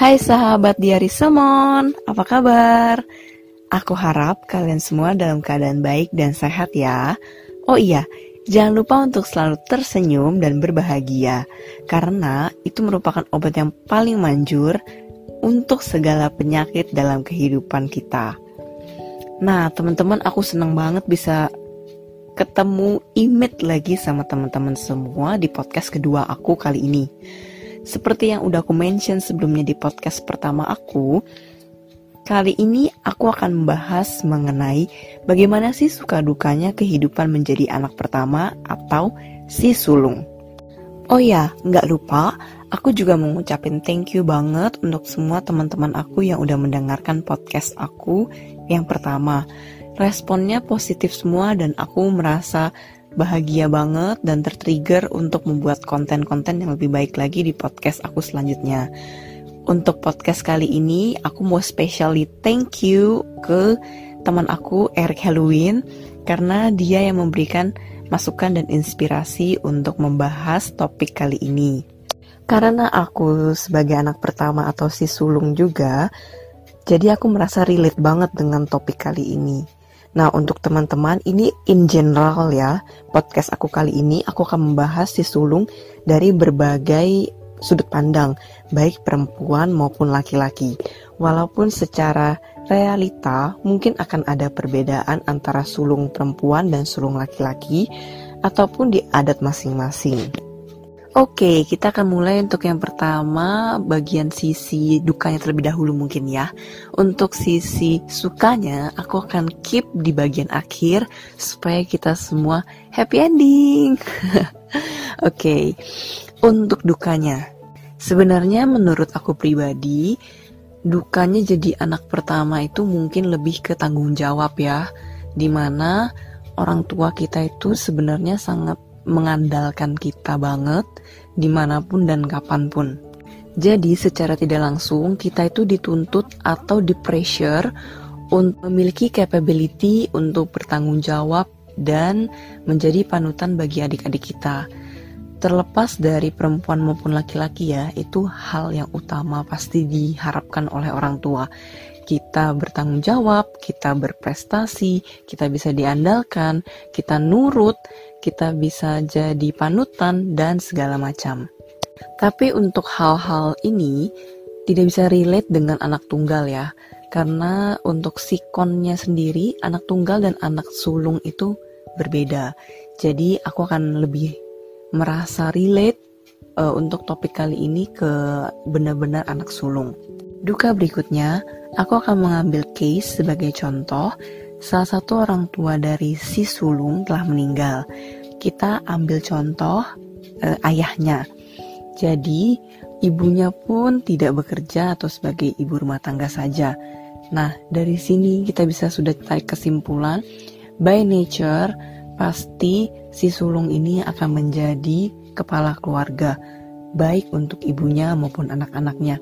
Hai sahabat Diari Semon, apa kabar? Aku harap kalian semua dalam keadaan baik dan sehat ya. Oh iya, jangan lupa untuk selalu tersenyum dan berbahagia, karena itu merupakan obat yang paling manjur untuk segala penyakit dalam kehidupan kita. Nah teman-teman, aku senang banget bisa ketemu imit lagi sama teman-teman semua di podcast kedua aku kali ini. Seperti yang udah aku mention sebelumnya di podcast pertama aku, kali ini aku akan membahas mengenai bagaimana sih suka dukanya kehidupan menjadi anak pertama atau si sulung. Oh ya, nggak lupa, aku juga mau ngucapin thank you banget untuk semua teman-teman aku yang udah mendengarkan podcast aku yang pertama. Responnya positif semua dan aku merasa bahagia banget dan tertrigger untuk membuat konten-konten yang lebih baik lagi di podcast aku selanjutnya. Untuk podcast kali ini aku mau specially thank you ke teman aku Eric Halloween, karena dia yang memberikan masukan dan inspirasi untuk membahas topik kali ini. Karena aku sebagai anak pertama atau si sulung juga, jadi aku merasa relate banget dengan topik kali ini. Nah untuk teman-teman, ini in general ya, podcast aku kali ini aku akan membahas si sulung dari berbagai sudut pandang, baik perempuan maupun laki-laki. Walaupun secara realita mungkin akan ada perbedaan antara sulung perempuan dan sulung laki-laki, ataupun di adat masing-masing. Oke, kita akan mulai untuk yang pertama, bagian sisi dukanya terlebih dahulu mungkin ya. Untuk sisi sukanya, aku akan keep di bagian akhir supaya kita semua happy ending. Oke, untuk dukanya. Sebenarnya menurut aku pribadi, dukanya jadi anak pertama itu mungkin lebih ke tanggung jawab ya. Dimana orang tua kita itu sebenarnya sangat mengandalkan kita banget dimanapun dan kapanpun. Jadi secara tidak langsung kita itu dituntut atau di-pressure untuk memiliki capability untuk bertanggung jawab dan menjadi panutan bagi adik-adik kita. Terlepas dari perempuan maupun laki-laki ya, itu hal yang utama pasti diharapkan oleh orang tua. Kita bertanggung jawab, kita berprestasi, kita bisa diandalkan, kita nurut, kita bisa jadi panutan, dan segala macam. Tapi untuk hal-hal ini tidak bisa relate dengan anak tunggal ya. Karena untuk sikonnya sendiri, anak tunggal dan anak sulung itu berbeda. Jadi aku akan lebih merasa relate untuk topik kali ini ke benar-benar anak sulung. Duka berikutnya, aku akan mengambil case sebagai contoh. Salah satu orang tua dari si sulung telah meninggal. Kita ambil contoh ayahnya. Jadi ibunya pun tidak bekerja atau sebagai ibu rumah tangga saja. Nah dari sini kita bisa sudah tarik kesimpulan, by nature pasti si sulung ini akan menjadi kepala keluarga, baik untuk ibunya maupun anak-anaknya.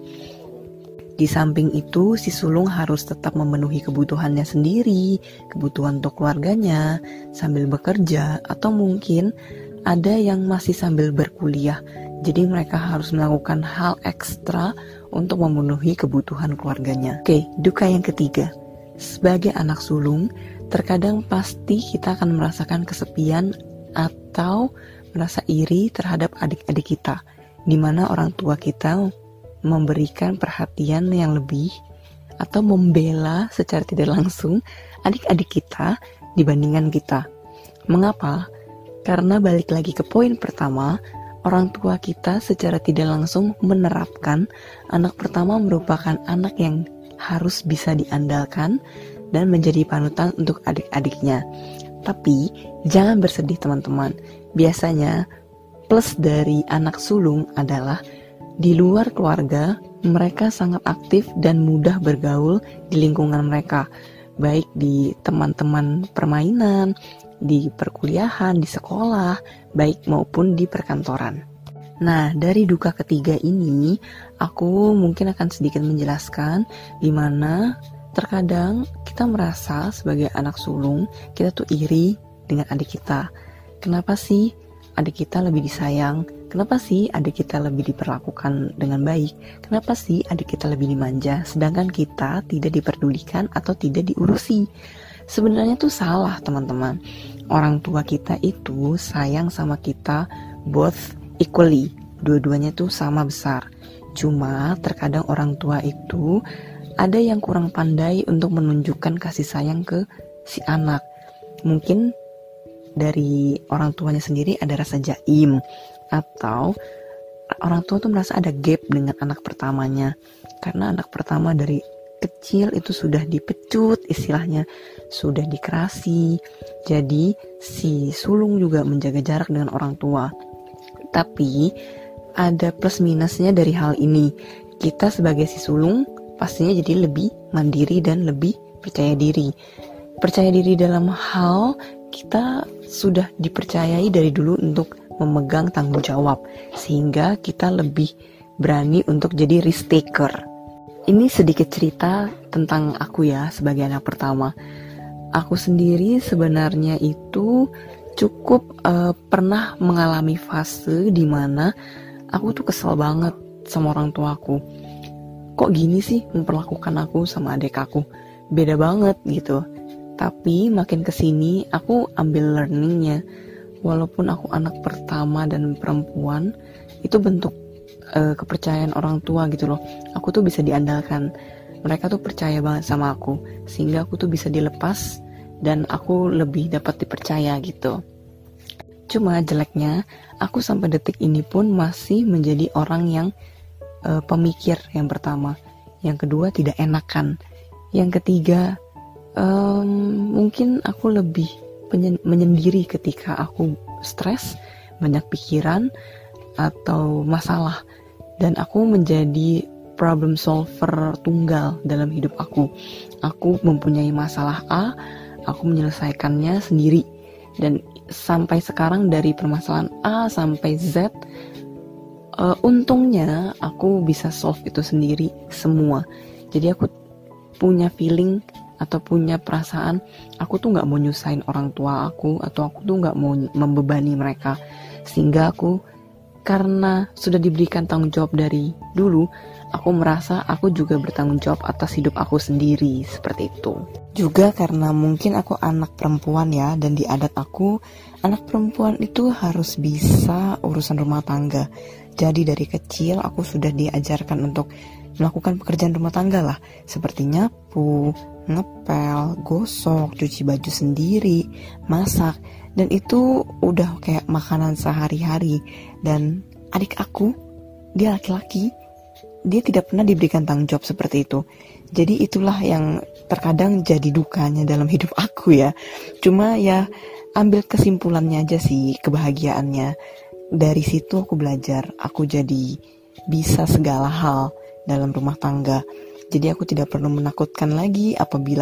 Di samping itu, si sulung harus tetap memenuhi kebutuhannya sendiri, kebutuhan untuk keluarganya, sambil bekerja, atau mungkin ada yang masih sambil berkuliah. Jadi mereka harus melakukan hal ekstra untuk memenuhi kebutuhan keluarganya. Oke, duka yang ketiga. Sebagai anak sulung, terkadang pasti kita akan merasakan kesepian atau merasa iri terhadap adik-adik kita, di mana orang tua kita memberikan perhatian yang lebih atau membela secara tidak langsung adik-adik kita dibandingkan kita. Mengapa? Karena balik lagi ke poin pertama, orang tua kita secara tidak langsung menerapkan anak pertama merupakan anak yang harus bisa diandalkan dan menjadi panutan untuk adik-adiknya. Tapi jangan bersedih teman-teman. Biasanya plus dari anak sulung adalah di luar keluarga, mereka sangat aktif dan mudah bergaul di lingkungan mereka, baik di teman-teman permainan, di perkuliahan, di sekolah, baik maupun di perkantoran. Nah, dari duka ketiga ini, aku mungkin akan sedikit menjelaskan di mana terkadang kita merasa sebagai anak sulung, kita tuh iri dengan adik kita. Kenapa sih adik kita lebih disayang Kenapa sih adik kita lebih diperlakukan dengan baik? Kenapa sih adik kita lebih dimanja, sedangkan kita tidak diperdulikan atau tidak diurusi? Sebenarnya tuh salah, teman-teman. Orang tua kita itu sayang sama kita both equally, dua-duanya tuh sama besar. Cuma terkadang orang tua itu ada yang kurang pandai untuk menunjukkan kasih sayang ke si anak. Mungkin dari orang tuanya sendiri ada rasa jaim, atau orang tua tuh merasa ada gap dengan anak pertamanya, karena anak pertama dari kecil itu sudah dipecut, istilahnya sudah dikerasi. Jadi si sulung juga menjaga jarak dengan orang tua. Tapi ada plus minusnya dari hal ini. Kita sebagai si sulung pastinya jadi lebih mandiri dan lebih percaya diri. Percaya diri dalam hal kita sudah dipercayai dari dulu untuk memegang tanggung jawab, sehingga kita lebih berani untuk jadi risk taker. Ini sedikit cerita tentang aku ya sebagai anak pertama. Aku sendiri sebenarnya itu cukup pernah mengalami fase dimana aku tuh kesel banget sama orang tuaku. Kok gini sih memperlakukan aku sama adik aku? Beda banget gitu. Tapi makin kesini aku ambil learningnya. Walaupun aku anak pertama dan perempuan, itu bentuk kepercayaan orang tua gitu loh. Aku tuh bisa diandalkan. Mereka tuh percaya banget sama aku, sehingga aku tuh bisa dilepas dan aku lebih dapat dipercaya gitu. Cuma jeleknya, aku sampai detik ini pun masih menjadi orang yang pemikir yang pertama. Yang kedua tidak enakan. Yang ketiga mungkin aku lebih menyendiri ketika aku stres, banyak pikiran atau masalah, dan aku menjadi problem solver tunggal dalam hidup aku. Aku mempunyai masalah A, aku menyelesaikannya sendiri, dan sampai sekarang dari permasalahan A sampai Z, untungnya aku bisa solve itu sendiri semua. Jadi aku punya feeling atau punya perasaan aku tuh gak mau nyusahin orang tua aku, atau aku tuh gak mau membebani mereka. Sehingga aku, karena sudah diberikan tanggung jawab dari dulu, aku merasa aku juga bertanggung jawab atas hidup aku sendiri, seperti itu. Juga karena mungkin aku anak perempuan ya, dan di adat aku anak perempuan itu harus bisa urusan rumah tangga. Jadi dari kecil aku sudah diajarkan untuk melakukan pekerjaan rumah tangga lah, seperti nyapu, ngepel, gosok, cuci baju sendiri, masak, dan itu udah kayak makanan sehari-hari. Dan adik aku, dia laki-laki, dia tidak pernah diberikan tanggung jawab seperti itu. Jadi itulah yang terkadang jadi dukanya dalam hidup aku ya. Cuma ya ambil kesimpulannya aja sih, kebahagiaannya. Dari situ aku belajar, aku jadi bisa segala hal dalam rumah tangga. Jadi aku tidak perlu menakutkan lagi apabila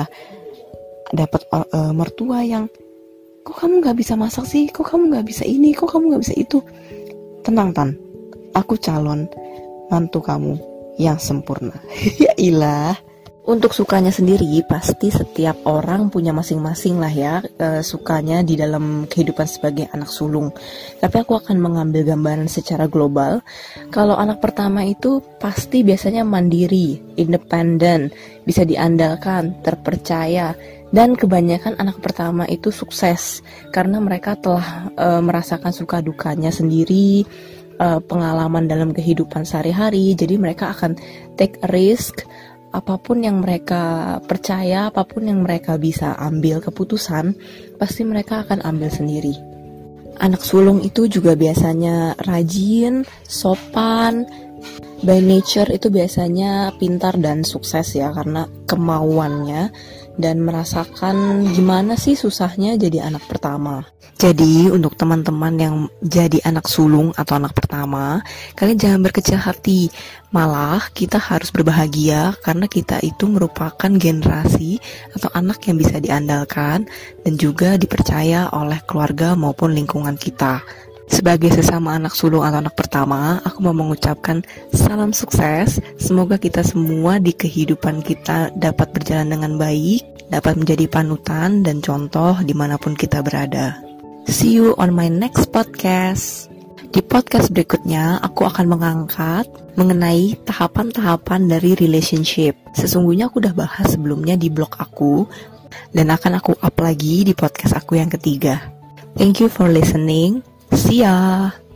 dapat mertua yang, kok kamu gak bisa masak sih, kok kamu gak bisa ini, kok kamu gak bisa itu. Tenang Tan, aku calon mantu kamu yang sempurna. Ya ilah. Untuk sukanya sendiri pasti setiap orang punya masing-masing lah ya, sukanya di dalam kehidupan sebagai anak sulung. Tapi aku akan mengambil gambaran secara global. Kalau anak pertama itu pasti biasanya mandiri, independen, bisa diandalkan, terpercaya. Dan kebanyakan anak pertama itu sukses karena mereka telah merasakan suka dukanya sendiri, pengalaman dalam kehidupan sehari-hari. Jadi mereka akan take a risk. Apapun yang mereka percaya, apapun yang mereka bisa ambil keputusan, pasti mereka akan ambil sendiri. Anak sulung itu juga biasanya rajin, sopan, by nature itu biasanya pintar dan sukses ya, karena kemauannya dan merasakan gimana sih susahnya jadi anak pertama. Jadi untuk teman-teman yang jadi anak sulung atau anak pertama, kalian jangan berkecil hati. Malah kita harus berbahagia karena kita itu merupakan generasi atau anak yang bisa diandalkan dan juga dipercaya oleh keluarga maupun lingkungan kita. Sebagai sesama anak sulung atau anak pertama, aku mau mengucapkan salam sukses. Semoga kita semua di kehidupan kita dapat berjalan dengan baik, dapat menjadi panutan dan contoh dimanapun kita berada. See you on my next podcast. Di podcast berikutnya, aku akan mengangkat mengenai tahapan-tahapan dari relationship. Sesungguhnya aku udah bahas sebelumnya di blog aku, dan akan aku up lagi di podcast aku yang ketiga. Thank you for listening. See ya!